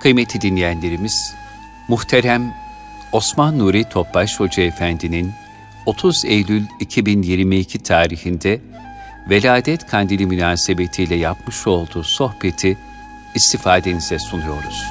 Kıymetli dinleyenlerimiz, muhterem Osman Nuri Topbaş Hoca Efendi'nin 30 Eylül 2022 tarihinde Veladet Kandili münasebetiyle yapmış olduğu sohbeti istifadenize sunuyoruz.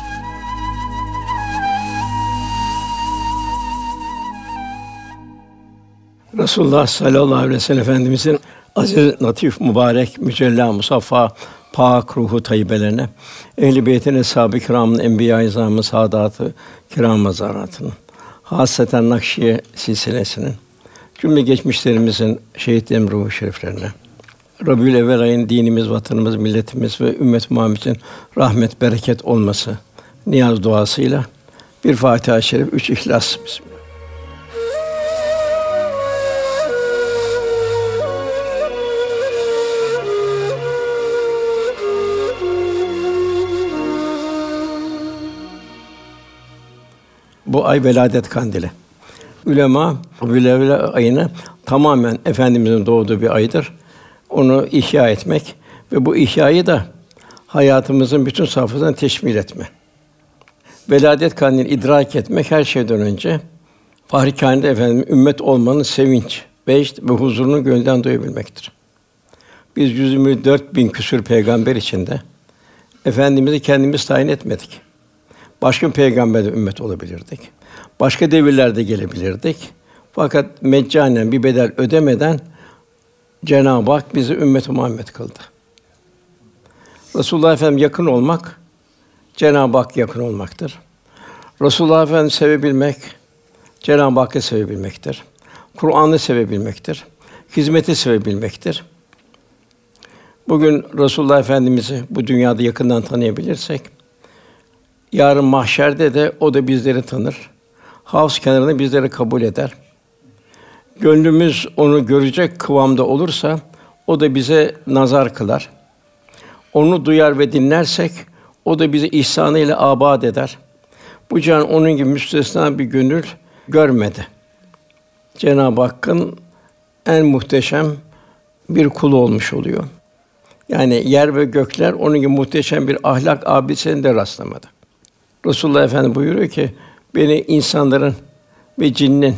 Resulullah sallallahu aleyhi ve sellem Efendimizin aziz, latif, mübarek, mücella, musaffa, pak ruhu tayyibelerine, ehl-i beytin, eshab-ı kiramın, enbiya-i izamın, saadat-ı kiram mazaratının, hasreten Nakşiye silsilesinin, cümle geçmişlerimizin, şehitlerin ruhu şeriflerine, Rabiülevvel ayın dinimiz, vatanımız, milletimiz ve ümmet-i Muhammed'in rahmet, bereket olması niyaz duasıyla bir Fatiha-i Şerif, 3 İhlas. Bismillah. Bu ay Veladet Kandili. Ulema Rabiülevvel ayını tamamen Efendimizin doğduğu bir aydır. Onu ihya etmek ve bu ihyayı da hayatımızın bütün safhasına teşmil etme. Veladet Kandilini idrak etmek her şeyden önce Fâhr-i Kâinat Efendimiz ümmet olmanın sevinç, vecd ve huzurunu gönülden duyabilmektir. Biz 124.000 küsur peygamber içinde Efendimiz'i kendimiz tayin etmedik. Başka bir peygamber de ümmet olabilirdik. Başka devirlerde gelebilirdik. Fakat meccanen bir bedel ödemeden Cenab-ı Hak bizi ümmet-i Muhammed kıldı. Resulullah Efendimiz yakın olmak, Cenab-ı Hak yakın olmaktır. Resulullah Efendimizi sevebilmek, Cenab-ı Hakk'ı sevebilmektir. Kur'an'ı sevebilmektir. Hizmeti sevebilmektir. Bugün Resulullah Efendimiz'i bu dünyada yakından tanıyabilirsek, yarın mahşerde de o da bizleri tanır. Havz kenarında bizleri kabul eder. Gönlümüz onu görecek kıvamda olursa o da bize nazar kılar. Onu duyar ve dinlersek o da bizi ihsanıyla âbad eder. Bu can onun gibi müstesna bir gönül görmedi. Cenab-ı Hakk'ın en muhteşem bir kulu olmuş oluyor. Yani yer ve gökler onun gibi muhteşem bir ahlak abidesine de rastlamadı. Resulullah Efendimiz buyuruyor ki, beni insanların ve cinnin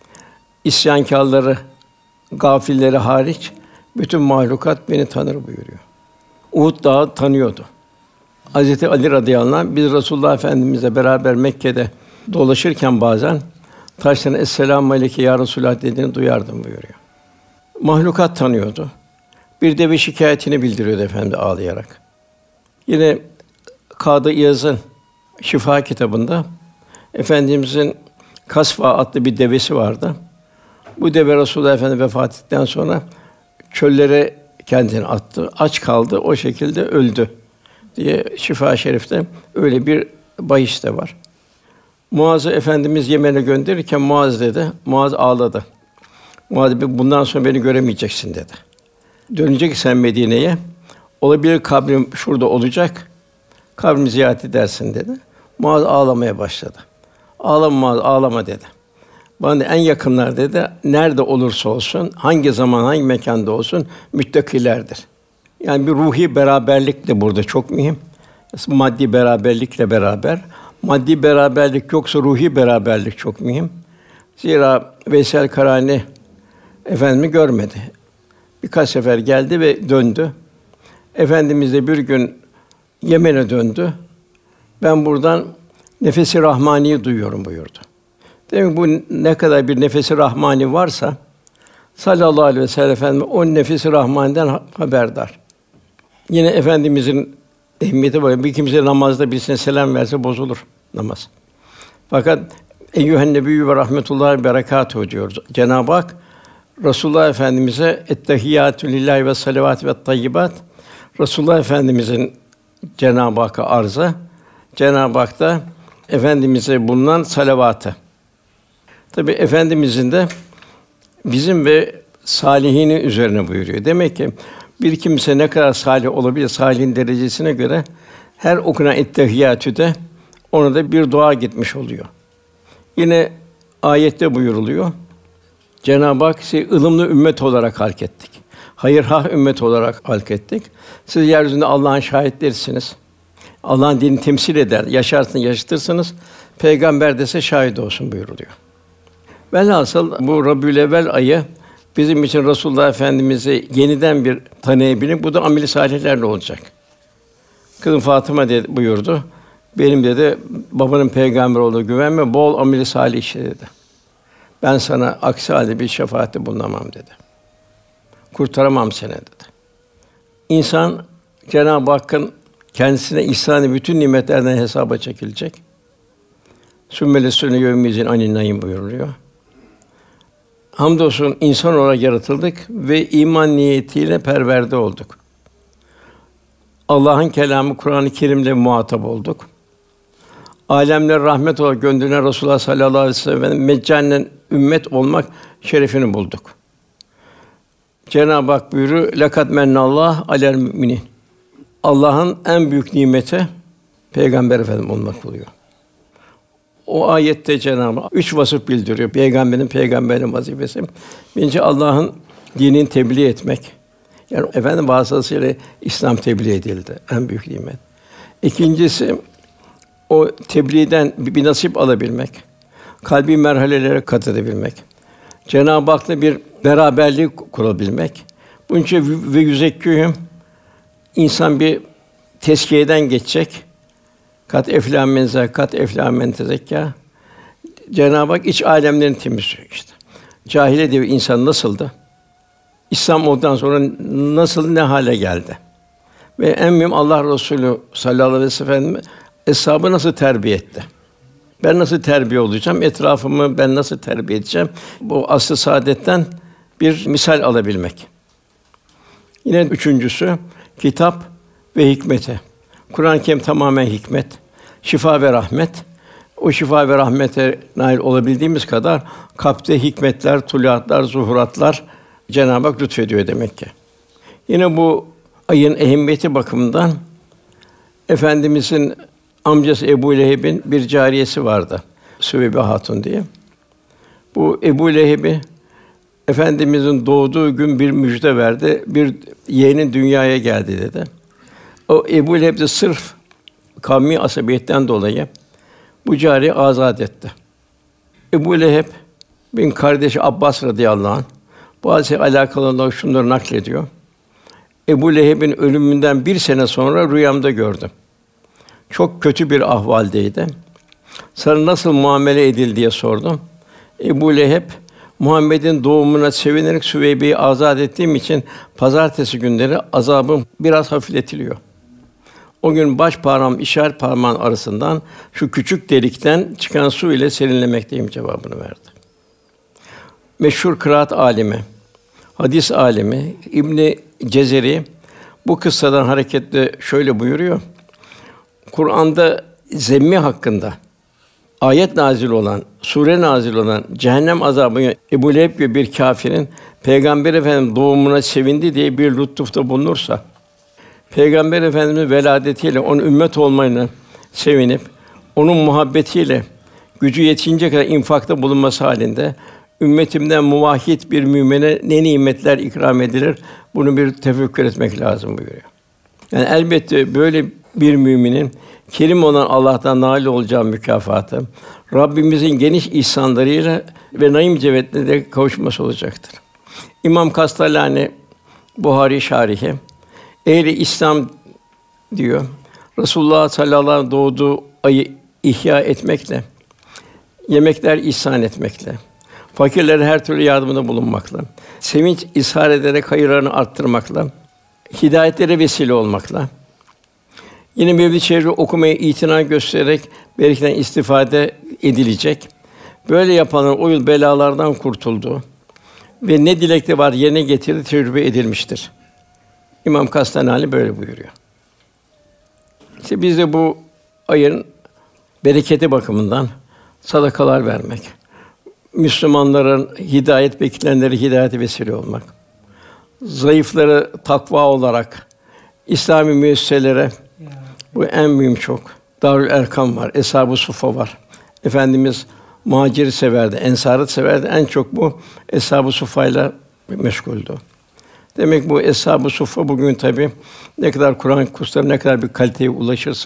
isyankârları, gâfilleri hariç bütün mahlukat beni tanır buyuruyor. Uhud Dağı tanıyordu. Hazreti Ali radıyallahu anh biz Resulullah Efendimizle beraber Mekke'de dolaşırken bazen taşların "Esselamu aleyke ya Resulallah" dediğini duyardım buyuruyor. Mahlukat tanıyordu. Bir de şikâyetini bildiriyordu Efendimiz ağlayarak. Yine Kadı İyaz'ın Şifa kitabında Efendimizin Kasva adlı bir devesi vardı. Bu deve Resulullah Efendimiz vefat ettikten sonra çöllere kendini attı. Aç kaldı, o şekilde öldü diye Şifa-i Şerif'te öyle bir bahis de var. Muaz'ı Efendimiz Yemen'e gönderirken Muaz dedi. Muaz ağladı. Muaz dedi, bundan sonra beni göremeyeceksin dedi. Dönecek sen Medine'ye. Olabilir kabrim şurada olacak. Kabrimi ziyaret edersin dedi. Muaz ağlamaya başladı. Ağlama Muaz, ağlama dedi. Bana da en yakınlar dedi, nerede olursa olsun, hangi zaman, hangi mekanda olsun müttakilerdir. Yani bir ruhi beraberlik de burada çok mühim. Maddi beraberlikle beraber, maddi beraberlik yoksa ruhi beraberlik çok mühim. Zira Veysel Karani Efendimiz'i görmedi. Birkaç sefer geldi ve döndü. Efendimiz de bir gün Yemen'e döndü. Ben buradan nefes-i rahmaniyi duyuyorum buyurdu. Demek bu ne kadar bir nefes-i rahmani varsa sallallahu aleyhi ve sellem Efendimiz o nefes-i rahmaniden haberdar. Yine Efendimizin ehemmiyeti var. Bir kimse namazda birisine selam verse bozulur namaz. Fakat eyyühen nebiyyü ve rahmetullahi ve berekâtuhu diyoruz. Cenab-ı Hak Resulullah Efendimize ettehiyyatü lillahi ve salavat ve tayyibat, Resulullah Efendimizin Cenab-ı Hakk'a arzı, Cenab-ı Hak da Efendimize bulunan salavatı. Tabii Efendimizin de bizim ve salihini üzerine buyuruyor. Demek ki bir kimse ne kadar salih olabilir, salihin derecesine göre her okunan ettehiyyatü de ona da bir dua gitmiş oluyor. Yine ayette buyuruluyor. Cenab-ı Hak sizi ılımlı ümmet olarak halk ettik. Hayırhah ümmet olarak halk ettik. Siz yeryüzünde Allah'ın şahitlerisiniz. Allah'ın dinini temsil eder, yaşarsınız, yaşatırsınız. Peygamber de size şahit olsun buyuruluyor. Velhasıl bu Rabiülevvel ayı bizim için Resulullah Efendimiz'i yeniden bir tanıyabilip bu da amel-i salihlerle olacak. Kızım Fatıma buyurdu. Benim dedi babanın peygamber olduğu güvenme, bol amel-i salih işle dedi. Ben sana aksi halde bir şefaatte bulunamam dedi. Kurtaramam seni dedi. İnsan Cenab-ı Hakk'ın kendisine ihsan bütün nimetlerden hesaba çekilecek. Sümmele'sünü yevmizin anin buyuruluyor. Hamdolsun insan olarak yaratıldık ve iman niyetiyle perverde olduk. Allah'ın kelamı Kur'an-ı Kerim'le muhatap olduk. Âlemlere rahmet olarak gönderilen Resulullah sallallahu aleyhi ve sellem meccanen ümmet olmak şerefini bulduk. Cenab-ı Hak buyuruyor: "Lekad mennallahu alel müminin." Allah'ın en büyük nimeti Peygamber Efendimiz olmak oluyor. O ayette Cenab-ı Hak 3 vasıf bildiriyor. Peygamberin vazifesi. Birinci Allah'ın dinini tebliğ etmek. Yani Efendimiz vasıtasıyla İslam tebliğ edildi. En büyük nimet. İkincisi o tebliğden bir nasip alabilmek. Kalbi merhalelere kat edebilmek. Cenab-ı Hak'la bir beraberlik kurabilmek. Bunun için ve yüzekkûhüm insan bir tezkiyeden geçecek. Kat eflâ men zâ, kat eflâ men tezekkâ. Cenab-ı Hak iç âlemlerini temizliyor işte. Cahiliye devri insan nasıldı? İslam olduktan sonra nasıl, ne hale geldi? Ve en mühim Allah Resulü sallallahu aleyhi ve sellem eshabı nasıl terbiye etti? Ben nasıl terbiye olacağım? Etrafımı ben nasıl terbiye edeceğim? Bu asr-ı saadetten bir misal alabilmek. Yine üçüncüsü kitap ve hikmeti. Kur'an-ı Kerim tamamen hikmet, şifa ve rahmet. O şifa ve rahmete nail olabildiğimiz kadar kalpte hikmetler, tuluatlar, zuhuratlar Cenab-ı Hak lütfediyor demek ki. Yine bu ayın ehemmiyeti bakımından Efendimizin amcası Ebu Leheb'in bir cariyesi vardı, Süveybe Hatun diye. Bu Ebu Leheb'i Efendimizin doğduğu gün bir müjde verdi. Bir yeğenin dünyaya geldi dedi. O Ebu Leheb de sırf kavmi asabiyetten dolayı bu cariyeyi azat etti. Ebu Leheb'in kardeşi Abbas radıyallahu anh bu hadise alakalı olarak şunları naklediyor. Ebu Leheb'in ölümünden 1 sene sonra rüyamda gördüm. Çok kötü bir ahvaldeydi. Sana nasıl muamele edildi diye sordum. Ebu Leheb, Muhammed'in doğumuna sevinerek Süveybe'yi azat ettiğim için pazartesi günleri azabım biraz hafifletiliyor. O gün baş parmağım işaret parmağın arasından şu küçük delikten çıkan su ile serinlemekteyim cevabını verdi. Meşhur kıraat alimi, hadis alimi İbn Cezeri bu kıssadan hareketle şöyle buyuruyor. Kur'an'da zemmi hakkında ayet nazil olan, sure nazil olan cehennem azabını Ebu Leheb gibi bir kâfirin Peygamber Efendimiz doğumuna sevindi diye bir lütufta bulunursa, Peygamber Efendimiz'in veladetiyle onun ümmet olmayına sevinip onun muhabbetiyle gücü yetince kadar infakta bulunması halinde ümmetimden muvahhid bir mümine ne nimetler ikram edilir, bunu bir tefekkür etmek lazım buyuruyor. Yani elbette böyle bir müminin kerim olan Allah'tan nail olacağı mükafatı, Rabbimizin geniş ihsanlarıyla ve naim cennetine de kavuşması olacaktır. İmam Kastalani Buhari şarihi ehli İslam diyor. Resulullah sallallahu aleyhi ve sellem doğduğu ayı ihya etmekle, yemekler ihsan etmekle, fakirlere her türlü yardımında bulunmakla, sevinç ishar ederek hayırlarını arttırmakla, hidayetlere vesile olmakla, yine Mevlid-i Şerif'i okumaya itina göstererek bereketinden istifade edilecek. Böyle yapanların o yıl belalardan kurtulduğu ve ne dilekte var yerine getirdi tecrübe edilmiştir. İmam Kastalani böyle buyuruyor. İşte biz de bu ayın bereketi bakımından sadakalar vermek, Müslümanların hidayet bekleyenlere hidayete vesile olmak, zayıfları takva olarak İslami müesseselere bu en mühim çok. Darül Erkam var, Eshab-ı Suffa var. Efendimiz muhaciri severdi, ensarı severdi. En çok bu Eshab-ı Suffa'yla meşguldü. Demek bu Eshab-ı Suffa bugün tabii ne kadar Kur'an kursları ne kadar bir kaliteye ulaşırsa,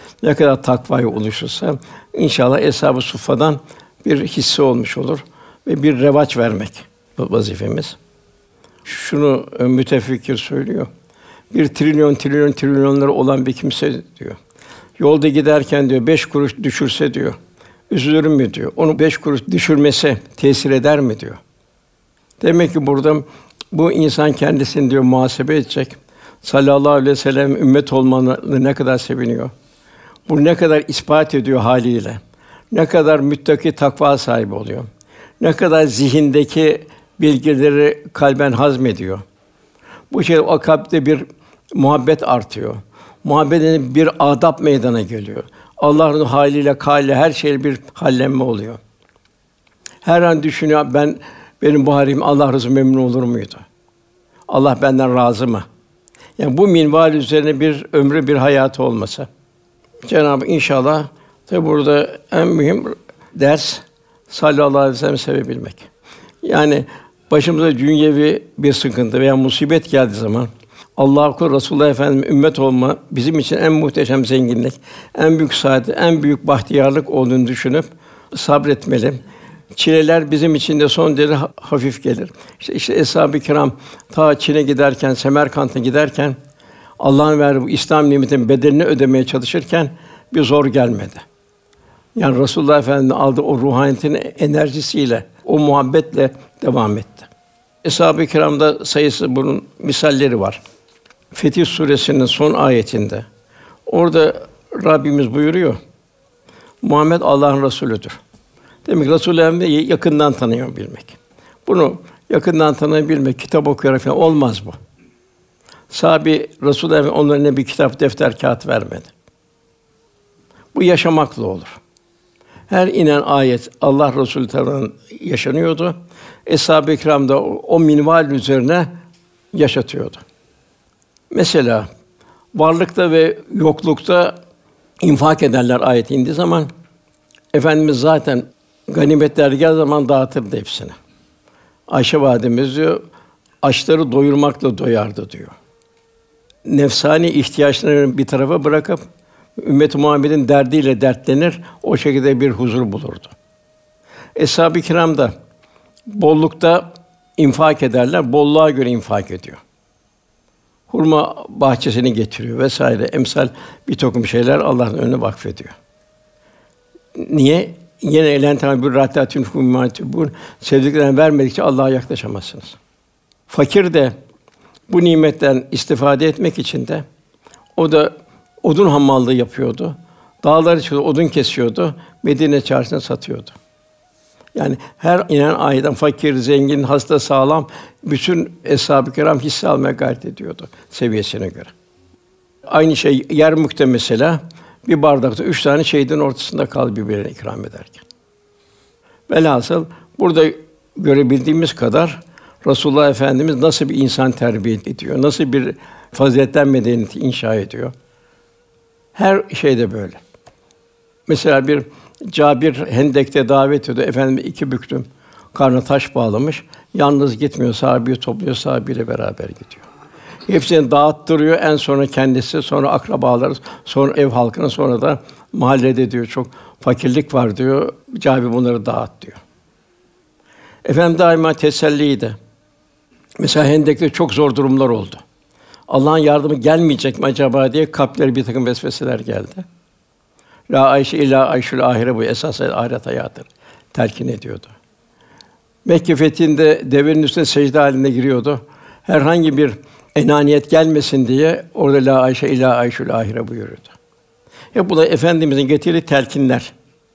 ne kadar takvaya ulaşırsa inşallah Eshab-ı Suffa'dan bir hisse olmuş olur ve bir revaç vermek vazifemiz. Şunu mütefekkir söylüyor. 1 trilyonları olan bir kimse diyor. Yolda giderken diyor 5 kuruş düşürse diyor. Üzülür mü diyor. Onu 5 kuruş düşürmesi tesir eder mi diyor. Demek ki burada bu insan kendisini diyor muhasebe edecek. Sallallahu aleyhi ve sellem ümmet olmanı ne kadar seviniyor. Bu ne kadar ispat ediyor haliyle. Ne kadar müttaki takva sahibi oluyor. Ne kadar zihindeki bilgileri kalben hazmediyor. Bu şey o kalpte bir muhabbet artıyor. Muhabbetin bir adab meydana geliyor. Allah'ın haliyle, kâliyle her şeyle bir hallenme oluyor. Her an düşünüyor, benim bu halim Allah razı memnun olur muydu? Allah benden razı mı? Yani bu minval üzerine bir ömrü, bir hayatı olmasa. Cenab-ı inşallah tabi burada en mühim ders sallallahu aleyhi ve sellem sevebilmek. Yani başımıza dünyevi bir sıkıntı veya musibet geldiği zaman Allah'a kul Resulullah Efendimiz ümmet olma bizim için en muhteşem zenginlik, en büyük saadet, en büyük bahtiyarlık olduğunu düşünüp sabretmeli. Çileler bizim için de son derece hafif gelir. İşte Eshab-ı Kiram ta Çin'e giderken, Semerkant'a giderken Allah'ın verdiği bu İslam nimetinin bedelini ödemeye çalışırken bir zor gelmedi. Yani Resulullah Efendimiz'in aldığı o ruhaniyetin enerjisiyle, o muhabbetle devam etti. Eshab-ı Kiram'da sayısı bunun misalleri var. Fetih Sûresinin son ayetinde orada Rabbimiz buyuruyor. Muhammed Allah'ın Resulüdür. Demek ki Resulullah'ı yakından tanıyabilmek. Bunu yakından tanıyabilmek, kitap okuyarak falan olmaz bu. Sahabe Resulullah onlara bir kitap, defter, kağıt vermedi. Bu yaşamakla olur. Her inen ayet Allah Resulü tarafından yaşanıyordu. Eshab-ı Kiram da o minval üzerine yaşatıyordu. Mesela varlıkta ve yoklukta infak ederler ayeti indiği zaman Efendimiz zaten ganimetler geldiği zaman dağıtırdı hepsini. Ayşe validemiz diyor, açları doyurmakla doyardı diyor. Nefsani ihtiyaçlarını bir tarafa bırakıp ümmet-i Muhammed'in derdiyle dertlenir, o şekilde bir huzur bulurdu. Eshab-ı Kiram da bollukta infak ederler, bolluğa göre infak ediyor. Hurma bahçesini getiriyor vesaire. Emsal birtakım şeyler Allah'ın önüne vakfediyor. Niye? Yine elenten bir rahatlatün hümmatü bu sevdiklerinden vermedikçe Allah'a yaklaşamazsınız. Fakir de bu nimetten istifade etmek için de o da odun hamallığı yapıyordu. Dağlara çıkıyordu, odun kesiyordu. Medine çarşısına satıyordu. Yani her inen ayetten fakir, zengin, hasta, sağlam bütün eshab-ı kiram hisse almaya gayret ediyordu seviyesine göre. Aynı şey Yermük'te mesela bir bardakta 3 tane şehidin ortasında kaldı birbirine ikram ederken. Velhasıl burada görebildiğimiz kadar Resulullah Efendimiz nasıl bir insan terbiye ediyor, nasıl bir faziletten medeniyeti inşa ediyor. Her şeyde böyle. Mesela bir Cabir Hendek'te davet ediyor. Efendimiz 2 büklüm karnına taş bağlamış. Yalnız gitmiyor, sahabeyi topluyor, sahabeyle beraber gidiyor. Hepsini dağıttırıyor. En sonra kendisi, sonra akrabaları, sonra ev halkına, sonra da mahallede diyor çok fakirlik var diyor. Cabir bunları dağıt diyor. Efendim daima teselliydi. Mesela Hendek'te çok zor durumlar oldu. Allah'ın yardımı gelmeyecek mi acaba diye kalplere birtakım vesveseler geldi. La Ayşe illa Ayşül ahire bu esas ahiret hayatıdır. Telkin ediyordu. Mekke fethinde devenin üstüne secde halinde giriyordu. Herhangi bir enaniyet gelmesin diye orada la Ayşe illa Ayşül ahire buyuruyordu. Bu da Efendimizin getirdiği telkinler.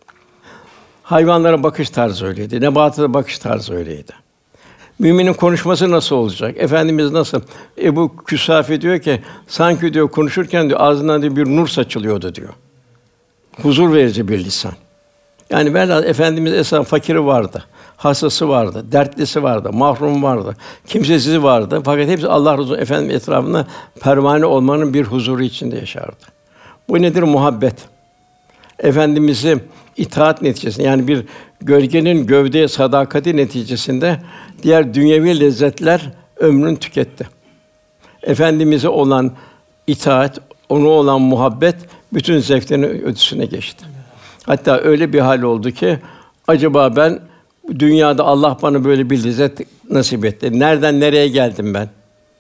Hayvanlara bakış tarzı öyleydi. Nebata bakış tarzı öyleydi. Müminin konuşması nasıl olacak? Efendimiz nasıl? Ebu Küsafe diyor ki sanki diyor konuşurken diyor ağzından diyor bir nur saçılıyordu diyor. Huzur verici bir lisan. Yani velhâsıl Efendimiz esas fakiri vardı, hastası vardı, dertlisi vardı, mahrum vardı, kimsesizi vardı. Fakat hepsi Allah razı olsun Efendimiz etrafında pervane olmanın bir huzuru içinde yaşardı. Bu nedir? Muhabbet. Efendimiz'i itaat neticesinde yani bir gölgenin gövdeye sadakati neticesinde diğer dünyevi lezzetler ömrünü tüketti. Efendimize olan itaat, ona olan muhabbet bütün zevklerin ötesine geçti. Hatta öyle bir hal oldu ki acaba ben dünyada Allah bana böyle bir lezzet nasip etti. Nereden nereye geldim ben?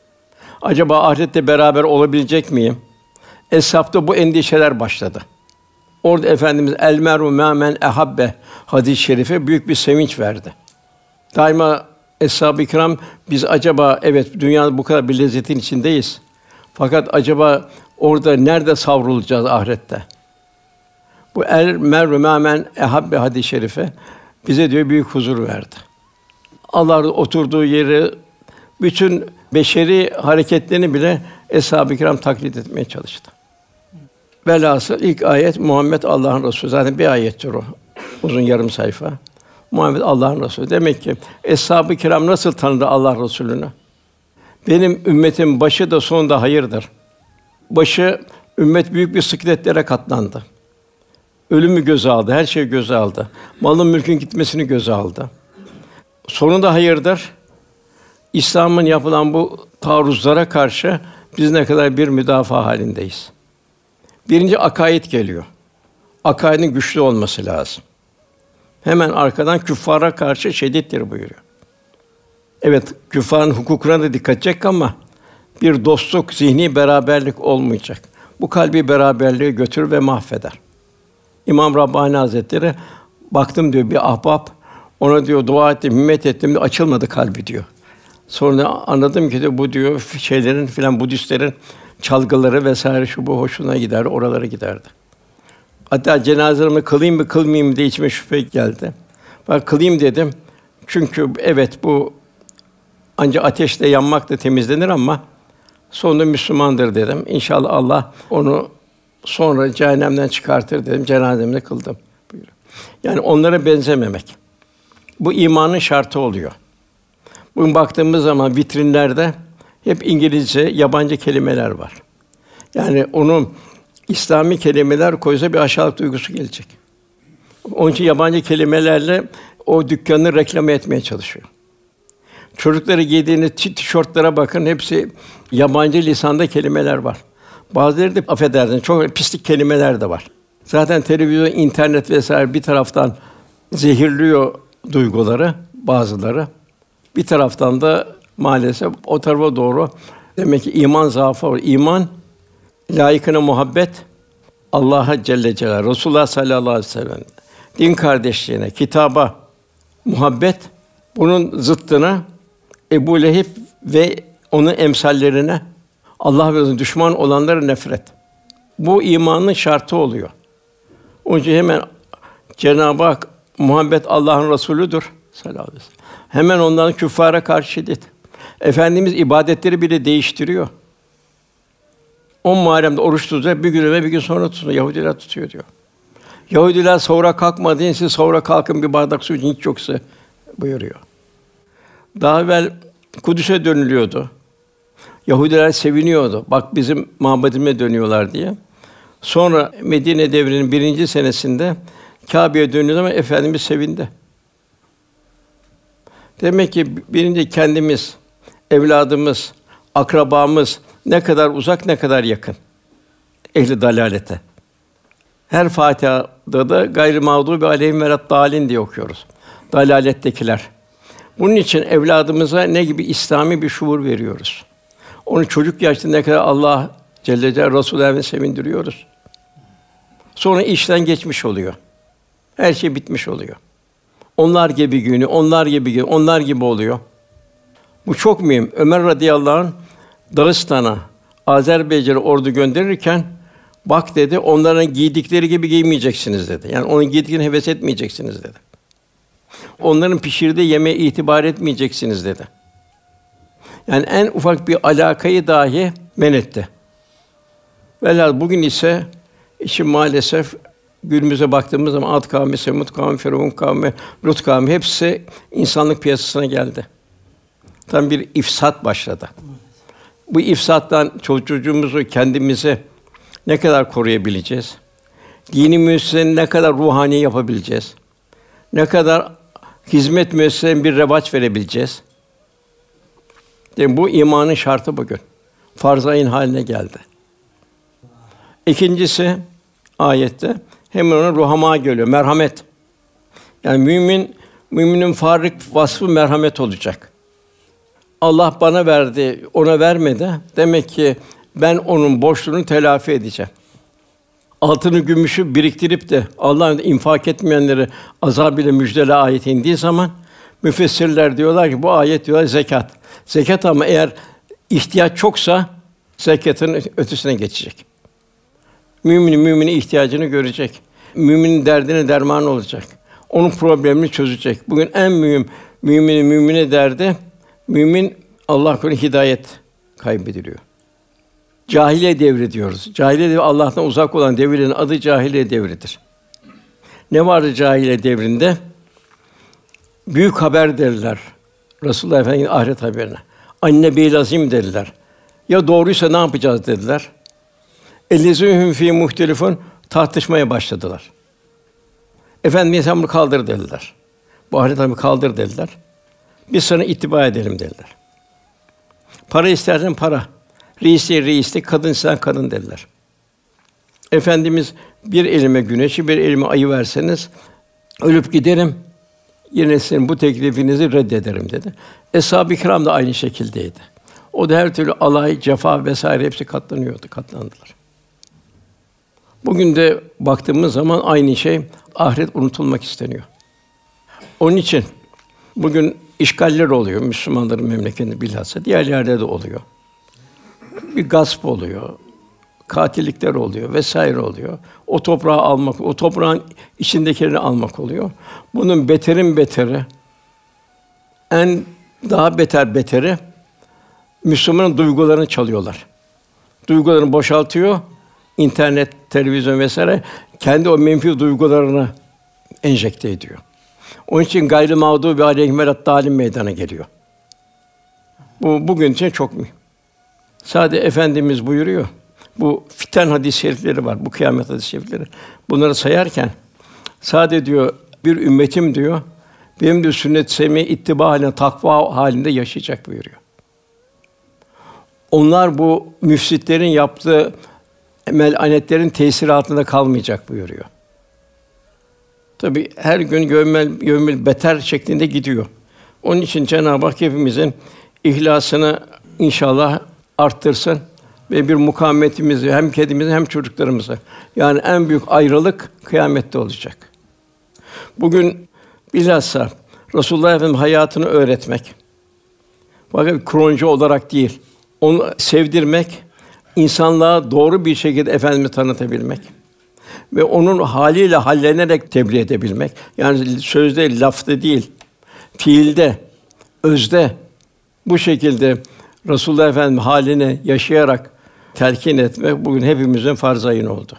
Acaba ahirette beraber olabilecek miyim? Eshâb'ta bu endişeler başladı. Orada Efendimiz el meru mâ men ehabbe hadis-i şerife büyük bir sevinç verdi. Daima Eshâb-ı Kiram biz acaba evet dünyada bu kadar bir lezzetin içindeyiz. Fakat acaba orada nerede savrulacağız ahirette? Bu el meru mâ men ehabbe hadis-i şerife bize diyor büyük huzur verdi. Allah oturduğu yeri, bütün beşeri hareketlerini bile Eshâb-ı Kiram taklit etmeye çalıştı. Velhasıl ilk ayet Muhammed Allah'ın Resulü. Zaten bir ayettir o. Uzun yarım sayfa. Muhammed Allah'ın Resulü. Demek ki Eshâb-ı Kiram nasıl tanıdı Allah Resulü'nü? Benim ümmetim başı da sonu da hayırdır. Başı ümmet büyük bir sıkletlere katlandı. Ölümü göze aldı, her şeyi göze aldı. Malın mülkün gitmesini göze aldı. Sonu da hayırdır. İslam'ın yapılan bu taarruzlara karşı biz ne kadar bir müdafaa halindeyiz. Birinci akaid geliyor. Akaidin güçlü olması lazım. Hemen arkadan küffara karşı şedittir buyuruyor. Evet, küffarın hukukuna da dikkat edecek ama bir dostluk, zihni beraberlik olmayacak. Bu kalbi beraberliğe götürür ve mahveder. İmam Rabbani Hazretleri baktım diyor bir ahbap ona diyor dua ettim, himmet ettim de açılmadı kalbi diyor. Sonra anladım ki diyor bu diyor şeylerin filan Budistlerin çalgıları vesaire şu bu hoşuna gider, oralara giderdi. Hatta cenazemi kılayım mı kılmayayım mı diye içime şüphe geldi. Ben kılayım dedim. Çünkü evet bu ancak ateşle yanmak da temizlenir ama sonunda Müslümandır dedim. İnşallah Allah onu sonra cehennemden çıkartır dedim. Cenazemi de kıldım buyuruyor. Yani onlara benzememek. Bu imanın şartı oluyor. Bugün baktığımız zaman vitrinlerde hep İngilizce, yabancı kelimeler var. Yani onu İslami kelimeler koysa bir aşağılık duygusu gelecek. Onun için yabancı kelimelerle o dükkanı reklam etmeye çalışıyor. Çocukları giydiğiniz tişörtlere bakın, hepsi yabancı lisanda kelimeler var. Bazıları da affedersiniz, çok pislik kelimeler de var. Zaten televizyon, internet vesaire bir taraftan zehirliyor duyguları, bazıları. Bir taraftan da maalesef o tarafa doğru demek ki iman zaafı var. İman layıkına muhabbet, Allah'a Celle Celaluhu, Resulullah sallallahu aleyhi ve sellem, din kardeşliğine, kitaba muhabbet, bunun zıttına Ebu Leheb ve onun emsallerine, Allah ve Resulüne düşman olanlara nefret. Bu imanın şartı oluyor. Onun için hemen Cenab-ı Hak muhabbet Allah'ın Resulüdür sallallahu aleyhi ve sellem. Hemen ondan küffara karşı şiddet. Efendimiz ibadetleri bile değiştiriyor. 10 Muharrem'de oruç tutuyor, bir gün ve bir gün sonra tutuyor. Yahudiler tutuyor diyor. Yahudiler sahura kalkmadı, siz sahura kalkın bir bardak su için hiç yoksa buyuruyor. Daha evvel Kudüs'e dönülüyordu. Yahudiler seviniyordu. Bak bizim mabedime dönüyorlar diye. Sonra Medine devrinin 1. senesinde Kâbe'ye dönüyordu ama Efendimiz sevindi. Demek ki birinci kendimiz, evladımız, akrabamız ne kadar uzak, ne kadar yakın. Ehli dalalete. Her Fatiha'da da gayr-ı mağdûbi aleyhim veleddâlin diye okuyoruz. Dalalettekiler. Bunun için evladımıza ne gibi İslami bir şuur veriyoruz. Onu çocuk yaşta ne kadar Allah Celle Celaluhu Resûlâh'ı sevindiriyoruz. Sonra işten geçmiş oluyor. Her şey bitmiş oluyor. Onlar gibi günü, onlar gibi günü, onlar gibi oluyor. Bu çok mühim. Ömer radıyallahu anh Dağıstan'a, Azerbaycan'a ordu gönderirken bak dedi, onların giydikleri gibi giymeyeceksiniz dedi. Yani onun giydiklerini heves etmeyeceksiniz dedi. Onların pişirdiği yemeğe itibar etmeyeceksiniz dedi. Yani en ufak bir alakayı dahi men etti. Velhâsıl bugün ise işin maalesef günümüze baktığımız zaman Ad kavmi, Semud kavmi, Firavun kavmi, Lut kavmi hepsi insanlık piyasasına geldi. Tam bir ifsat başladı. Bu ifsattan çocuğumuzu, kendimizi ne kadar koruyabileceğiz? Dini müesseseni ne kadar ruhani yapabileceğiz? Ne kadar hizmet müessesesine bir revaç verebileceğiz? Yani bu imanın şartı bugün. Farz-ı ayın haline geldi. İkincisi, ayette hemen ona ruhama geliyor. Merhamet. Yani müminin farik vasfı merhamet olacak. Allah bana verdi, ona vermedi. Demek ki ben onun borçlarını telafi edeceğim. Altını, gümüşü biriktirip de Allah'ın infak etmeyenleri azab ile müjdele ayet indiği zaman müfessirler diyorlar ki bu ayet diyorlar zekat. Zekat ama eğer ihtiyaç çoksa zekatın ötesine geçecek. Müminin ihtiyacını görecek. Müminin derdine derman olacak. Onun problemini çözecek. Bugün en mümine derdi, mümin Allah korusun hidayet kaybediliyor. Cahiliye devri diyoruz. Cahiliye devri Allah'tan uzak olan devirlerin adı cahiliye devridir. Ne vardı cahiliye devrinde? Büyük haber derler. Resulullah Efendimiz'in ahiret haberine. Anne bil azim dediler. Ya doğruysa ne yapacağız dediler. Ellezîhum fî muhtelifun tartışmaya başladılar. Efendimiz sen bunu kaldır dediler. Bu ahiret haberi kaldır dediler. Biz sana ittiba edelim dediler. Para istersen para. Reis de kadın istersen kadın dediler. Efendimiz bir elime güneşi, bir elime ayı verseniz ölüp giderim. Yine sizin bu teklifinizi reddederim dedi. Eshab-ı Kiram da aynı şekildeydi. O da her türlü alay, cefa vesaire hepsi katlandılar. Bugün de baktığımız zaman aynı şey, ahiret unutulmak isteniyor. Onun için bugün işgaller oluyor Müslümanların memleketinde bilhassa, diğer yerde de oluyor. Bir gasp oluyor, katillikler oluyor vesaire oluyor. O toprağı almak, o toprağın içindekileri almak oluyor. Bunun beteri, daha beteri Müslümanın duygularını çalıyorlar. Duygularını boşaltıyor, internet, televizyon vesaire kendi o menfi duygularını enjekte ediyor. Onun için gayrı mağdûbi aleyhim veleddâlin meydana geliyor. Bu bugün için çok mühim. Sadece Efendimiz buyuruyor. Bu fiten hadis-i şerifleri var, bu kıyamet hadis-i şerifleri. Bunları sayarken sadece diyor bir ümmetim diyor, benim de sünnet-i seniyye ittiba halinde, takva halinde yaşayacak buyuruyor. Onlar bu müfsitlerin yaptığı melanetlerin tesiri altında kalmayacak buyuruyor. Tabii her gün gömmel beter şeklinde gidiyor. Onun için Cenab-ı Hak hepimizin ihlasını inşallah arttırsın ve bir mukavemetimizi hem kendimize hem çocuklarımıza. Yani en büyük ayrılık kıyamette olacak. Bugün bilhassa Resulullah Efendimiz hayatını öğretmek, fakat kroncu olarak değil, onu sevdirmek, insanlığa doğru bir şekilde Efendimiz'i tanıtabilmek ve onun haliyle hallenerek tebliğ edebilmek. Yani sözde, lafta değil, fiilde, özde bu şekilde Resulullah Efendimiz halini yaşayarak telkin etmek bugün hepimizin farz-ı ayın oldu.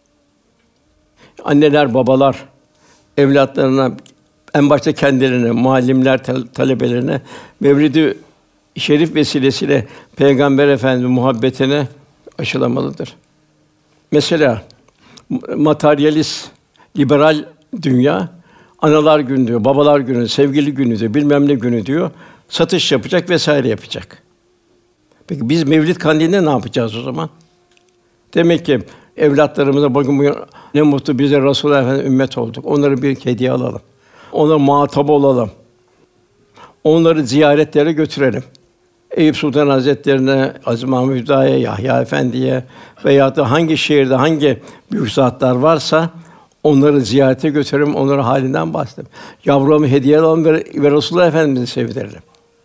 Anneler, babalar evlatlarına, en başta kendilerine, muallimler, talebelerine Mevlid-i Şerif vesilesiyle Peygamber Efendimiz muhabbetini aşılamalıdır. Mesela materyalist, liberal dünya analar günü diyor, babalar günü, sevgili günü diyor, bilmem ne günü diyor. Satış yapacak vesaire yapacak. Peki biz Mevlid Kandili'nde ne yapacağız o zaman? Demek ki evlatlarımıza bugün ne mutlu bize Resulullah Efendimiz ümmet olduk. Onlara bir hediye alalım. Onlara muhatap olalım. Onları ziyaretlere götürelim. Eyüp Sultan Hazretlerine, Aziz Mahmud Hüdayi'ye, Yahya Efendi'ye veya da hangi şehirde hangi büyük zatlar varsa onları ziyarete götürelim, onların halinden bahsedelim. Yavruma hediye alalım ve Resulullah Efendimiz'i sevdirelim.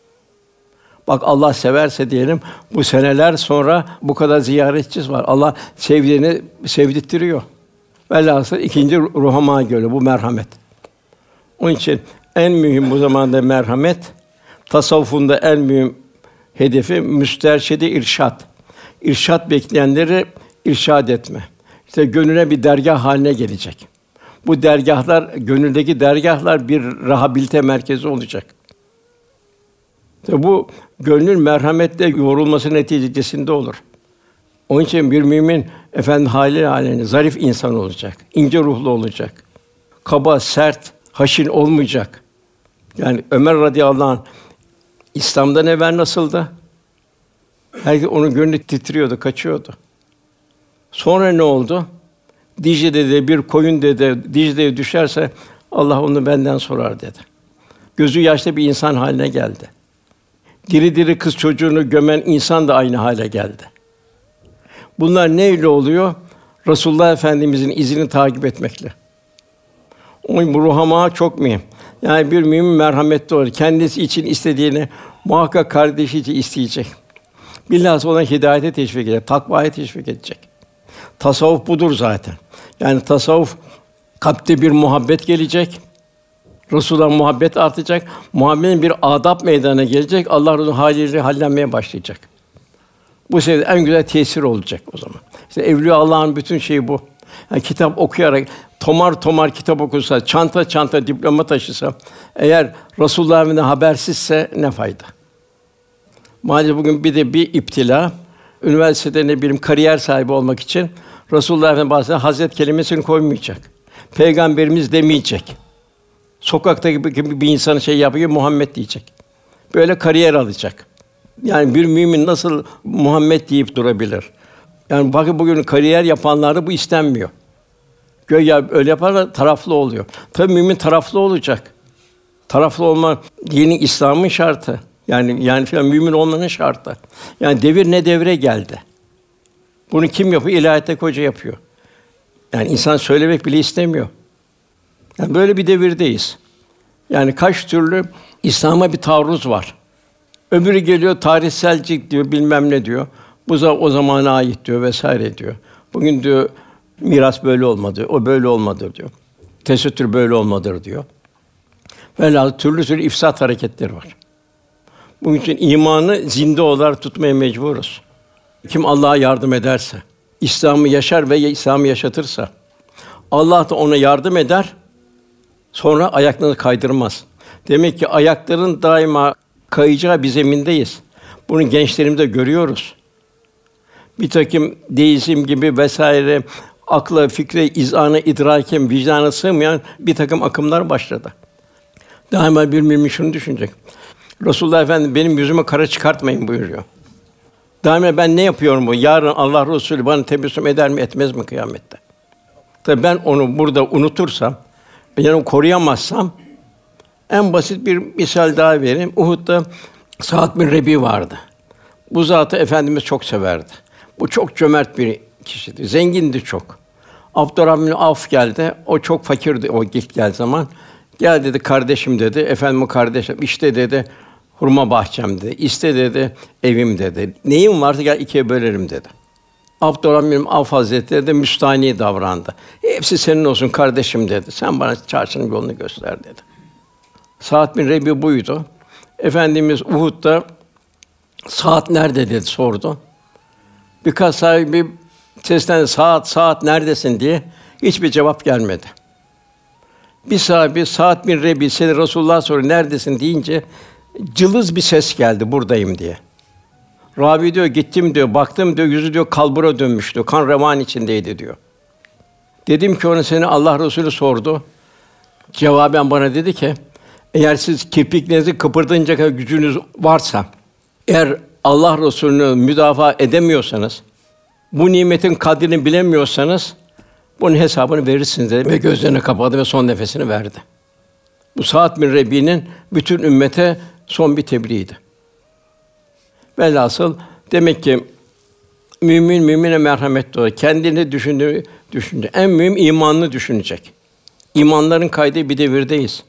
Bak Allah severse diyelim, bu seneler sonra bu kadar ziyaretçisi var. Allah sevdiğini sevdirtiyor. Velhâsıl ikinci ruhama göre bu merhamet. Onun için en mühim bu zamanda merhamet, tasavvufun da en mühim hedefi müsterşid-i irşad. İrşad bekleyenleri irşad etme. İşte gönüle bir dergâh haline gelecek. Bu dergâhlar, gönüldeki dergâhlar bir rehabilite merkezi olacak. İşte bu gönlün merhametle yoğrulması neticesinde olur. Onun için bir mümin hâliyle zarif insan olacak, ince ruhlu olacak. Kaba, sert, haşin olmayacak. Yani Ömer radıyallahu anh İslam'dan evvel nasıldı? Herkes onun gönlü titriyordu, kaçıyordu. Sonra ne oldu? Dicle'de de bir koyun dedi Dicle'ye düşerse Allah onu benden sorar dedi. Gözü yaşlı bir insan haline geldi. Diri diri kız çocuğunu gömen insan da aynı hale geldi. Bunlar neyle oluyor? Resulullah Efendimizin izini takip etmekle. O ruhama çok mühim. Yani bir mümin merhametli olur. Kendisi için istediğini muhakkak kardeşi için isteyecek. Bilhassa ona hidayete teşvik edecek, takvaya teşvik edecek. Tasavvuf budur zaten. Yani tasavvuf kalpte bir muhabbet gelecek. Resulullah'a muhabbet artacak. Muhabbetin bir adab meydana gelecek. Allah Resulü'nün haliyle hallenmeye başlayacak. Bu sefer en güzel tesir olacak o zaman. İşte Evliya Allah'ın bütün şeyi bu. Yani kitap okuyarak tomar tomar kitap okursa, çanta çanta diploma taşısa, eğer Resulullah'ın habersizse ne fayda? Maalesef bugün bir iptila, üniversitede ne bileyim kariyer sahibi olmak için Resulullah Efendimiz bahsediyor, Hazret kelimesini koymayacak. Peygamberimiz demeyecek. Sokaktaki bir insanın şey yapıyor, Muhammed diyecek. Böyle kariyer alacak. Yani bir mümin nasıl Muhammed deyip durabilir? Yani bakın bugün kariyer yapanlarda bu istenmiyor. Güya öyle yaparlar taraflı oluyor. Tabii mümin taraflı olacak. Taraflı olma dini İslam'ın şartı. Yani filan mümin olmanın şartı. Yani devir ne devre geldi. Bunu kim yapıyor? İlahiyattaki hoca yapıyor. Yani insan söylemek bile istemiyor. Yani böyle bir devirdeyiz. Yani kaç türlü İslam'a bir taarruz var. Öbürü geliyor tarihselcilik diyor, bilmem ne diyor. Bu o zamana ait diyor vesaire diyor. Bugün diyor miras böyle olmadı, o böyle olmadı diyor. Tesettür böyle olmadır diyor. Velhâsıl türlü ifsat hareketleri var. Bunun için imanı zinde olarak tutmaya mecburuz. Kim Allah'a yardım ederse, İslam'ı yaşar ve İslam'ı yaşatırsa, Allah da ona yardım eder. Sonra ayaklarını kaydırmaz. Demek ki ayakların daima kayacağı bir zemindeyiz. Bunu gençlerimizde görüyoruz. Birtakım deizm gibi vesaire akla, fikre, izana, idrake, vicdana sığmayan birtakım akımlar başladı. Daima bir mümin şunu düşünecek. Resulullah Efendimiz benim yüzüme kara çıkartmayın buyuruyor. Daima ben ne yapıyorum bu? Yarın Allah Resulü bana tebessüm eder mi etmez mi kıyamette? Tabii ben onu burada unutursam, yani onu koruyamazsam, en basit bir misal daha vereyim. Uhud'da Sa'd bin Rebi vardı. Bu zatı Efendimiz çok severdi. Bu çok cömert bir kişiydi. Zengindi çok. Abdurrahman bin Avf geldi. O çok fakirdi o ilk geldiği zaman. Gel dedi kardeşim dedi. Efendim kardeşim işte dedi hurma bahçem dedi. İste dedi evim dedi. Neyim varsa gel ikiye bölerim dedi. Abdurrahman bin Avf Hazretleri de müstahni davrandı. Hepsi senin olsun kardeşim dedi. Sen bana çarşının yolunu göster dedi. Sa'd bin Rebi buydu. Efendimiz Uhud'da Sa'd nerede dedi sordu. Birkaç sahibi seslendi Sa'd neredesin diye hiçbir cevap gelmedi. Bir sahibi Sa'd bin Rebi seni Resulullah soruyor neredesin deyince cılız bir ses geldi buradayım diye. Rabi diyor gittim diyor baktım diyor yüzü diyor kalbura dönmüş diyor kan revan içindeydi diyor. Dedim ki ona seni Allah Resulü sordu. Cevaben bana dedi ki eğer siz kirpiklerinizi kıpırdayınca kadar gücünüz varsa eğer Allah Resulü'nü müdafaa edemiyorsanız bu nimetin kadrini bilemiyorsanız bunun hesabını verirsiniz dedi ve gözlerini kapadı ve son nefesini verdi. Bu Sa'd bin Rebi'nin bütün ümmete son bir tebliğiydi. Velhasıl demek ki mümin mümine merhametli olur. Kendini düşündüğü en mühim imanını düşünecek. İmanların kaydığı bir devirdeyiz.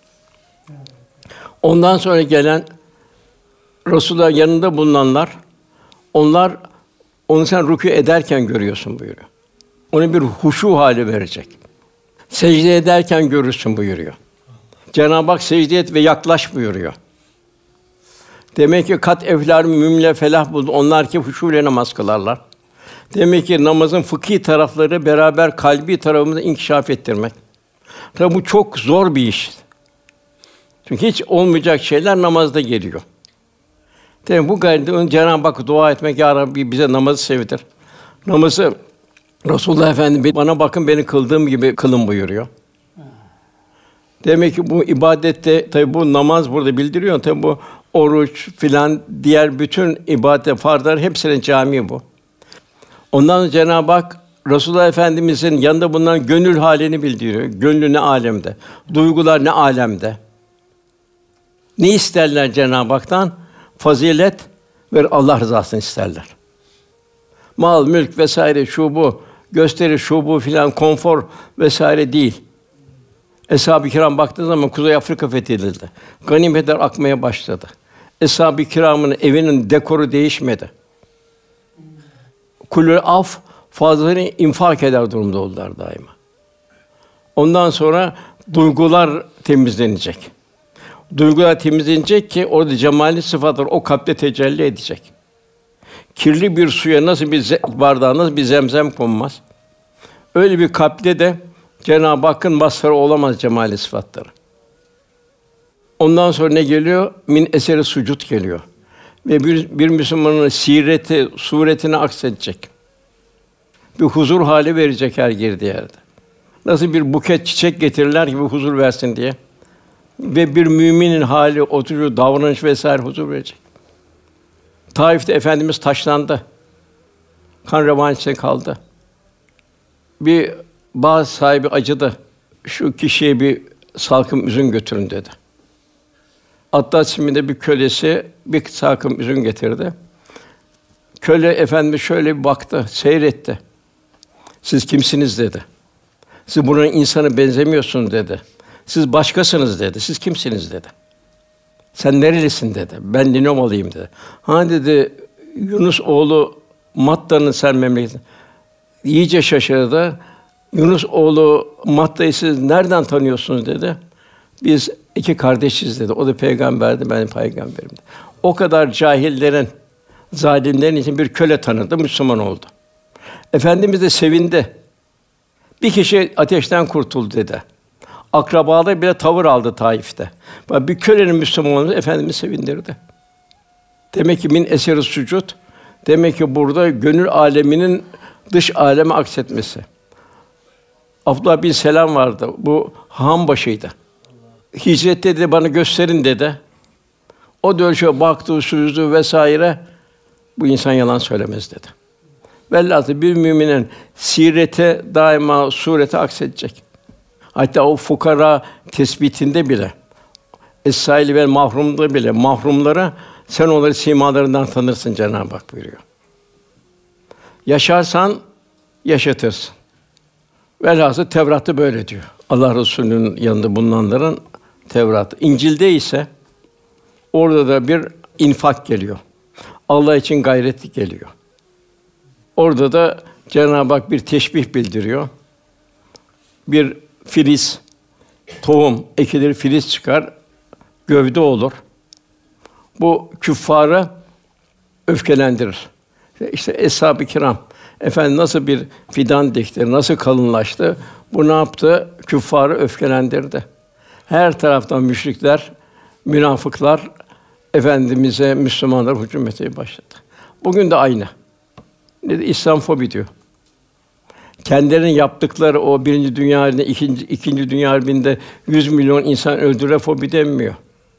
Ondan sonra gelen Resulullah yanında bulunanlar, onlar onu sen rükû ederken görüyorsun buyuruyor. Onu bir huşu hali verecek. Secde ederken görürsün buyuruyor. Cenab-ı Hak secde et ve yaklaş buyuruyor. Demek ki kat eflâr müminle felah buldu. Onlar ki huşûyla namaz kılarlar. Demek ki namazın fıkhi tarafları beraber kalbi tarafımızı inkişaf ettirmek. Tabi bu çok zor bir iş. Çünkü hiç olmayacak şeyler namazda geliyor. Demek bu gayreti Cenab-ı Hakk'a dua etmek, ya Rabbi bize namazı sevdir. Namazı Resulullah Efendimiz bana bakın beni kıldığım gibi kılın buyuruyor. Demek ki bu ibadette tabi bu namaz burada bildiriyor. Tabi bu oruç filan diğer bütün ibadet farzlar hepsinin camii bu. Ondan sonra Cenab-ı Hak Resulullah Efendimizin yanında bulunan gönül halini bildiriyor. Gönlü ne alemde, duygular ne alemde. Ne isterler Cenab-ı Hak'tan? Fazilet ve Allah rızasını isterler. Mal, mülk vesaire şu bu, gösteri şu bu filan, konfor vesaire değil. Eshab-ı Kiram baktığı zaman Kuzey Afrika fethedildi. Ganimetler akmaya başladı. Eshab-ı Kiram'ın evinin dekoru değişmedi. Kulü af fazlasını infak eder durumda oldular daima. Ondan sonra duygular temizlenecek. Duygular temizlenecek ki orada cemali sıfatlar o kalpte tecelli edecek. Kirli bir suya nasıl bir bardağa nasıl bir zemzem konmaz? Öyle bir kalpte de Cenab-ı Hakk'ın mazharı olamaz cemali sıfatları. Ondan sonra ne geliyor? Min eseri sucud geliyor. Ve bir Müslümanın sireti, suretini aksedecek. Bir huzur hali verecek her girdiği yerde. Nasıl bir buket çiçek getirirler ki bir huzur versin diye. Ve bir müminin hali, oturuyor, davranış vesaire huzur verecek. Taif'te Efendimiz taşlandı. Kan revan içinde kaldı. Bir bağ sahibi acıdı. Şu kişiye bir salkım üzüm götürün dedi. Attas isminde bir kölesi bir salkım üzüm getirdi. Köle Efendimiz şöyle bir baktı, seyretti. Siz kimsiniz dedi. Siz buranın insana benzemiyorsunuz dedi. Siz başkasınız dedi. Siz kimsiniz dedi. Sen nerelisin dedi. Ben Dinomalıyım dedi. Ha dedi, Yunus oğlu Matta'nın sen memleketi. İyice şaşırdı. Yunus oğlu Matta'yı siz nereden tanıyorsunuz dedi. Biz iki kardeşiz dedi. O da peygamberdi, ben peygamberim dedi. O kadar cahillerin, zalimlerin için bir köle tanıdı, Müslüman oldu. Efendimiz de sevindi. Bir kişi ateşten kurtuldu dedi. Akrabaları bile tavır aldı Taif'te. Bir kölenin Müslüman olması Efendimiz sevindirdi. Demek ki min eseri sucud, demek ki burada gönül aleminin dış aleme aksetmesi. Abdullah bin Selam vardı. Bu han başıydı. Hicrette dedi bana gösterin dedi. O da öyle şöyle baktı, süzdü vesaire. Bu insan yalan söylemez dedi. Velhâsıl bir müminin sirete daima surete aksedecek. Hatta o fukara tespitinde bile, es-sâili vel mahrumda bile mahrumlara sen onları simalarından tanırsın Cenab-ı Hak buyuruyor. Yaşarsan yaşatırsın. Velhâsıl Tevrat'ta böyle diyor. Allah Resulü'nün yanında bulunanların Tevrat. İncil'de ise orada da bir infak geliyor. Allah için gayret geliyor. Orada da Cenab-ı Hak bir teşbih bildiriyor. Bir filiz, tohum ekilir, filiz çıkar, gövde olur. Bu küffarı öfkelendirir. İşte Eshab-ı Kiram, efendim nasıl bir fidan dikti, nasıl kalınlaştı? Bu ne yaptı? Küffarı öfkelendirdi. Her taraftan müşrikler, münafıklar Efendimiz'e, Müslümanlar hücum etmeye başladı. Bugün de aynı. Ne de İslamfobi diyor. Kendilerinin yaptıkları o Birinci Dünya Harbi'nde, İkinci Dünya Harbi'nde 100 milyon insan öldüre fobi denmiyor.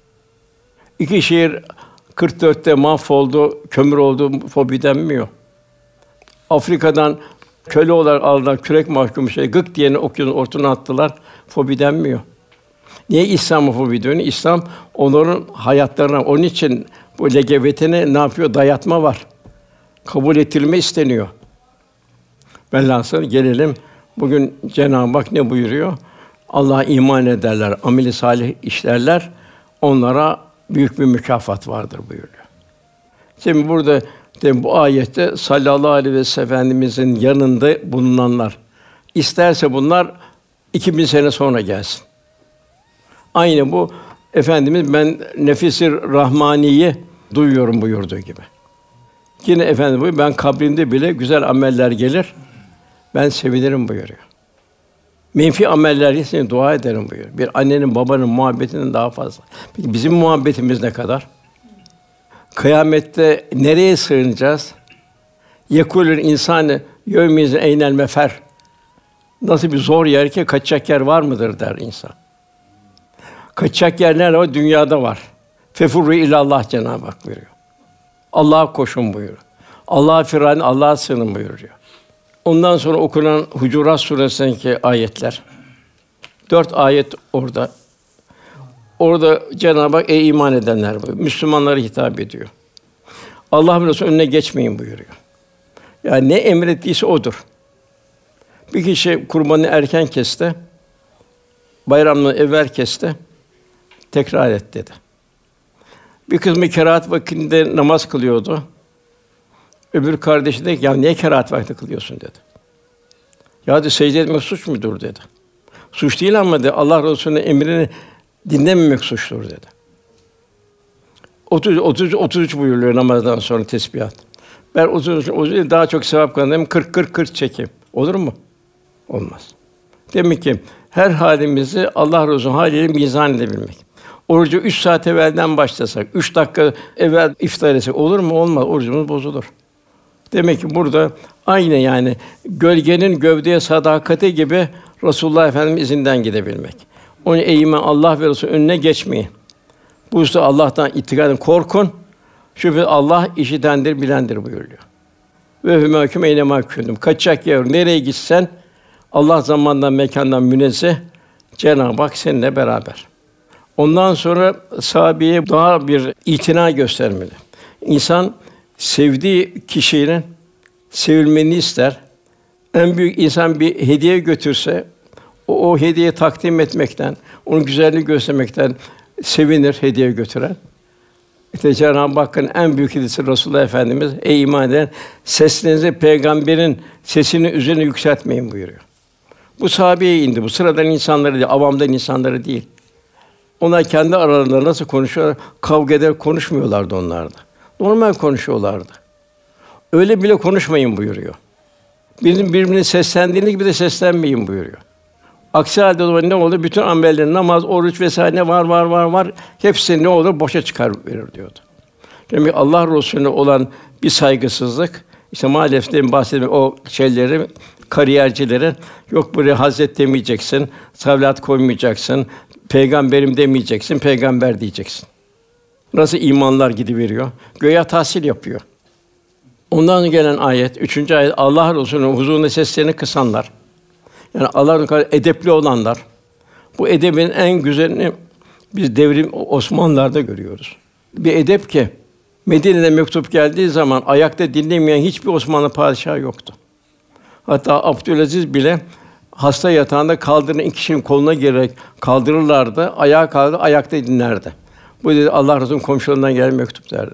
İki şehir 44'te mahvoldu, kömür oldu, fobi denmiyor. Afrika'dan köle olarak aldılar, kürek mahkumu gık diyeni okyanus ortasına attılar, fobi denmiyor. Niye İslamofobi diyor? İslam onların hayatlarına, onun için bu LGBT'ne ne yapıyor? Dayatma var. Kabul ettirilme isteniyor. Velhâsıl gelelim bugün Cenab-ı Hak ne buyuruyor? Allah'a iman ederler, amel-i salih işlerler, onlara büyük bir mükafat vardır buyuruyor. Şimdi burada bu ayette sallallahu aleyhi ve sellem Efendimizin yanında bulunanlar isterse bunlar 2000 sene sonra gelsin. Aynı bu Efendimiz ben nefis-i rahmaniyi duyuyorum buyurduğu gibi. Yine Efendimiz buyuruyor, ben kabrimde bile güzel ameller gelir, ben sevinirim buyuruyor. Menfi ameller için dua ederim buyuruyor. Bir annenin babanın muhabbetinden daha fazla. Peki bizim muhabbetimiz ne kadar? Kıyamette nereye sığınacağız? Yekulül insanı yevmizin eynel mefer. Nasıl bir zor yer ki kaçacak yer var mıdır der insan. Kaçacak yer nerede var? Dünyada var. Fefurru ilallah Cenab-ı Hak buyuruyor. Allah'a koşun buyuruyor. Allah'a firan, Allah'a sığının buyuruyor. Ondan sonra okunan Hucurat Suresi'ndeki ayetler. 4 ayet orada. Orada Cenab-ı Hak ey iman edenler buyuruyor. Müslümanlara hitap ediyor. Allah ve Resulü önüne geçmeyin buyuruyor. Yani ne emrettiyse odur. Bir kişi kurbanı erken kesti, bayramdan evvel kesti, tekrar et dedi. Bir kısmı kerahat vaktinde namaz kılıyordu. Öbür kardeşi dedi ki, ya niye kerahat vakti kılıyorsun dedi. Ya dedi, secde etmek suç mudur dedi. Suç değil ama dedi, Allah Resulü'nün emrini dinlememek suçtur dedi. 33 buyuruyor namazdan sonra tesbihat. Ben 33 daha çok sevap kazanayım, 40 çekeyim. Olur mu? Olmaz. Demek ki her halimizi Allah Resulü haliyle mizan edebilmek. Orucu 3 saat evvelden başlasak, 3 dakika evvel iftar etsek olur mu? Olmaz. Orucumuz bozulur. Demek ki burada aynı yani gölgenin gövdeye sadakati gibi Resulullah Efendimiz izinden gidebilmek. Onun eğimen Allah ve Resulü önüne geçmeyin. Bu hususta Allah'tan ittika edin, korkun. Şüphesiz Allah işitendir, bilendir buyuruyor. Ve hümâküm eyne mahkûdum. Kaçacak yer nereye gitsen Allah zamandan mekandan münezzeh, Cenab-ı Hak seninle beraber. Ondan sonra sahabeye daha bir itina göstermeli. İnsan sevdiği kişinin sevilmeni ister. En büyük insan bir hediye götürse o hediye takdim etmekten, onun güzelliğini göstermekten sevinir hediye götüren. İşte Cenab-ı Hakk'ın en büyük hediyesi Resulullah Efendimiz, ey iman eden, seslerinizi peygamberin sesini üzerine yükseltmeyin buyuruyor. Bu sahabeye indi. Bu sıradan insanları değil, avamdan insanları değil. Onlar kendi aralarında nasıl konuşuyorlar? Kavga eder konuşmuyorlardı onlar da. Normal konuşuyorlardı. Öyle bile konuşmayın buyuruyor. Birinin birbirine seslendiğiniz gibi de seslenmeyin buyuruyor. Aksi halde o zaman ne olur? Bütün amellerin, namaz, oruç vesaire ne var. Hepsi ne olur? Boşa çıkar verir diyordu. Demek Allah Resulüne olan bir saygısızlık, işte maalesef demin bahsettiğim o şeyleri, kariyercilerin yok buraya Hazret demeyeceksin, salat koymayacaksın, peygamberim demeyeceksin, peygamber diyeceksin. Nasıl imanlar gidiveriyor? Göya tahsil yapıyor. Ondan gelen ayet, 3. ayet, Allah Resulü'nün huzurunda seslerini kısanlar. Yani Allah'ın kadar edepli olanlar. Bu edebin en güzelini biz devrim Osmanlılar'da görüyoruz. Bir edep ki Medine'de mektup geldiği zaman ayakta dinlemeyen hiçbir Osmanlı padişahı yoktu. Hatta Abdülaziz bile hasta yatağında kaldırılan iki kişinin koluna girerek kaldırırlardı, ayağa kaldırır, ayakta dinlerdi. Bu dedi Allah Resulü'nün komşularından gelen mektup derdi.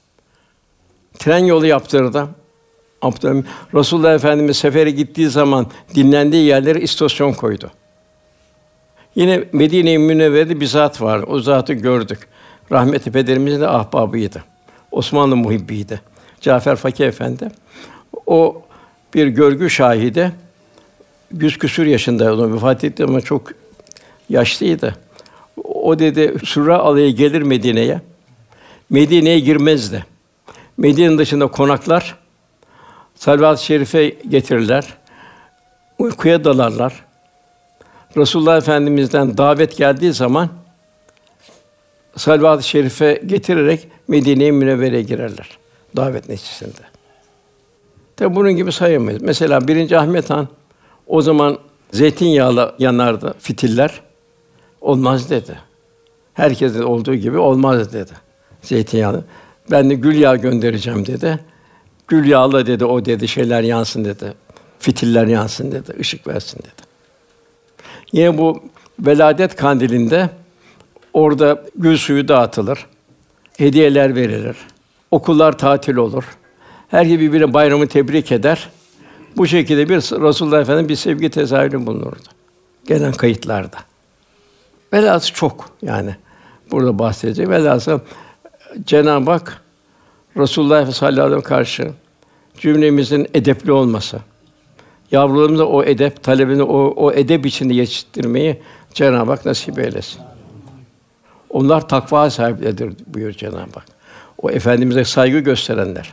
Tren yolu yaptırdı. Resulullah Efendimiz sefere gittiği zaman dinlendiği yerlere istasyon koydu. Yine Medine-i Münevvere'de bir zat vardı. O zatı gördük. Rahmetli pederimizin de ahbabıydı. Osmanlı muhibbiydi. Cafer Fakih Efendi. O bir görgü şahidi. 100 küsur yaşındaydı. O vefat etti ama çok yaşlıydı. O dedi Sürra alaya gelir Medine'ye. Medine'ye girmezdi. Medine'nin dışında konaklar, salavat-ı şerife getirirler. Uykuya dalarlar. Resulullah Efendimiz'den davet geldiği zaman salavat-ı şerife getirerek Medine-i Münevvere'ye girerler davet neticesinde. Tabi bunun gibi sayamayız. Mesela 1. Ahmet Han o zaman zeytinyağla yanardı fitiller. Olmaz dedi. Herkesin olduğu gibi olmaz dedi. Zeytinyağlı. Ben de gül yağı göndereceğim dedi. Gül yağla dedi o dedi şeyler yansın dedi. Fitiller yansın dedi. Işık versin dedi. Yine bu veladet kandilinde orada gül suyu dağıtılır. Hediyeler verilir. Okullar tatil olur. Herkes birbirine bayramı tebrik eder. Bu şekilde bir Resulullah Efendimiz bir sevgi tezahürü bulunurdu. Gelen kayıtlarda. Velhâsıl çok yani burada bahsedecek. Velhâsıl Cenab-ı Hak Resulullah sallallahu aleyhi ve sellem karşı cümlemizin edepli olması, yavrularımıza o edep, talebini o edep içinde yetiştirmeyi Cenab-ı Hak nasip eylesin. Onlar takva sahipleridir buyuruyor Cenab-ı Hak. O efendimize saygı gösterenler,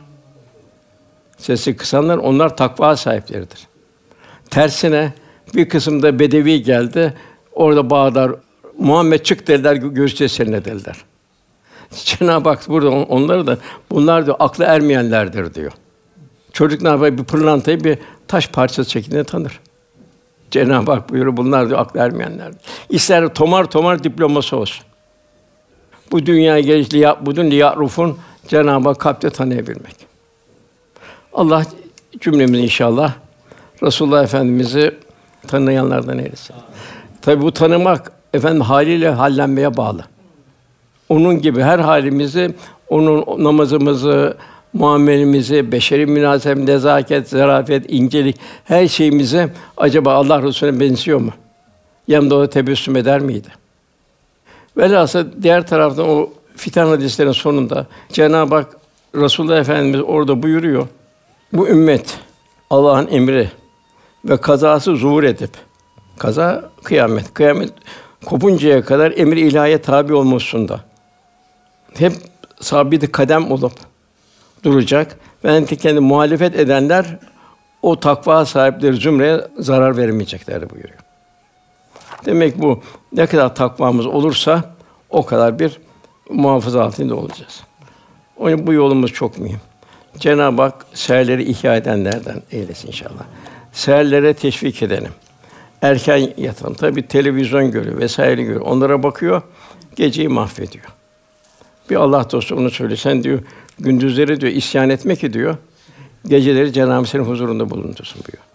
sesi kısanlar onlar takva sahipleridir. Tersine bir kısımda bedevi geldi, orada bağlar, Muhammed çık dediler, görüşeceğiz seninle dediler. Cenab-ı Hak burada onları da bunlar diyor aklı ermeyenlerdir diyor. Çocuk ne yapar? Bir pırlantayı bir taş parçası şeklinde tanır. Cenab-ı Hak buyuruyor, bunlar diyor aklı ermeyenler. İster tomar diploması olsun. Bu dünyaya gelişli budun liya'rufun, Cenab-ı Hak kalpte tanıyabilmek. Allah cümlemizi inşallah Resulullah Efendimizi tanıyanlardan eylesin. Tabi bu tanımak efendim haliyle hallenmeye bağlı. Onun gibi her halimizi, onun namazımızı, muamelemizi, beşeri münasebet, nezaket, zarafet, incelik, her şeyimizi acaba Allah Resulüne benziyor mu? Yanımda o tebessüm eder miydi? Velhâsıl diğer taraftan o fitan hadislerin sonunda Cenab-ı Hak Resulullah Efendimiz orada buyuruyor. Bu ümmet Allah'ın emri ve kazası zuhur edip kaza kıyamet kopuncaya kadar emir ilahiye tabi olmasında hep sabit kadem olup duracak ve kendi muhalefet edenler o takva sahipleri zümreye zarar veremeyecekler buyuruyor. Demek bu ne kadar takvamız olursa o kadar bir muhafaza altında olacağız. Onun için bu yolumuz çok mühim. Cenab-ı Hak seherleri ihya edenlerden eylesin inşallah. Seherlere teşvik edelim. Erken yatalım. Tabii televizyon görüyor vesaire görüyor. Onlara bakıyor, geceyi mahvediyor. Bir Allah dostu onu söylüyor. Sen diyor gündüzleri diyor isyan etme ki diyor. Geceleri Cenab-ı Hak senin huzurunda bulundursun diyor.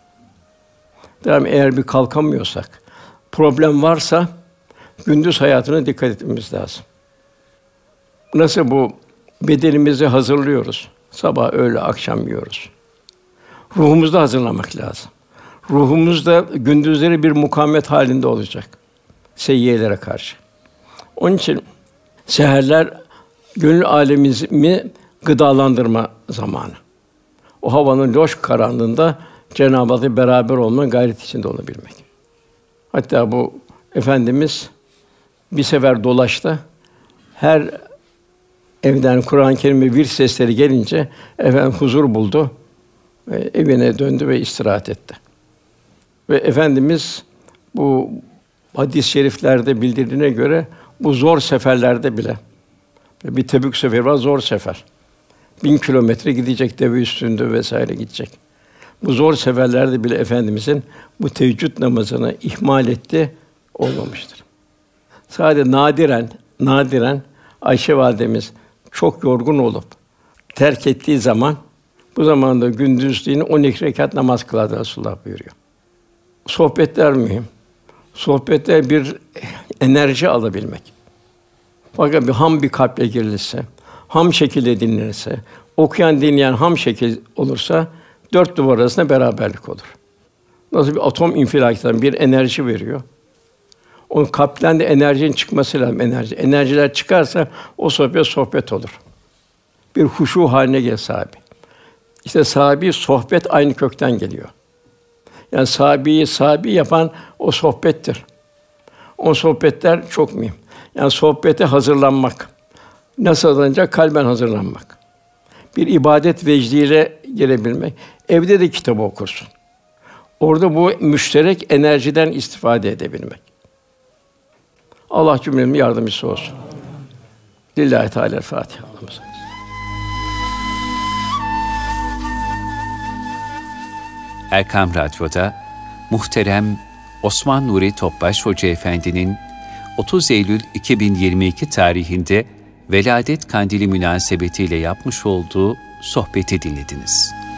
Devam eğer bir kalkamıyorsak, problem varsa gündüz hayatına dikkat etmemiz lazım. Nasıl bu bedenimizi hazırlıyoruz. Sabah, öğle, akşam yiyoruz. Ruhumuzu da hazırlamak lazım. Ruhumuz da gündüzleri bir mukavemet halinde olacak seyyiyelere karşı. Onun için seherler gönül alemimizi gıdalandırma zamanı. O havanın loş karanlığında Cenab-ı Hak'la beraber olma gayret içinde olabilmek. Hatta bu Efendimiz bir sefer dolaştı. Her evden Kur'an-ı Kerim ve vir sesleri gelince efendim huzur buldu ve evine döndü ve istirahat etti. Ve Efendimiz bu hadis-i şeriflerde bildirdiğine göre bu zor seferlerde bile bir Tebük seferi var, zor sefer. 1000 kilometre gidecek, deve üstünde vesaire gidecek. Bu zor seferlerde bile Efendimizin bu teheccüd namazını ihmal etti, olmamıştır. Sadece nadiren Ayşe validemiz çok yorgun olup terk ettiği zaman bu zamanda gündüzliğini 12 rekat namaz kılardı Resulullah buyuruyor. Sohbetler mühim. Sohbette bir enerji alabilmek. Fakat bir kalple girilirse, ham şekilde dinlenirse, okuyan dinleyen ham şekil olursa dört duvar arasında beraberlik olur. Nasıl bir atom infilakından bir enerji veriyor. O kalpten de enerjinin çıkması lazım. Enerjiler çıkarsa o sohbet olur. Bir huşu haline gelir sahibi. İşte sahibi sohbet aynı kökten geliyor. Yani sahibi yapan o sohbettir. O sohbetler çok mühim. Yani sohbete hazırlanmak. Nasıl hazırlanacak? Kalben hazırlanmak. Bir ibadet vecdiyle gelebilmek. Evde de kitap okursun. Orada bu müşterek enerjiden istifade edebilmek. Allah cümlemizin yardımcısı olsun. Lillahi Teala-Fâtiha. Erkam Radyo'da muhterem Osman Nuri Topbaş Hoca Efendi'nin 30 Eylül 2022 tarihinde Veladet Kandili münasebetiyle yapmış olduğu sohbeti dinlediniz.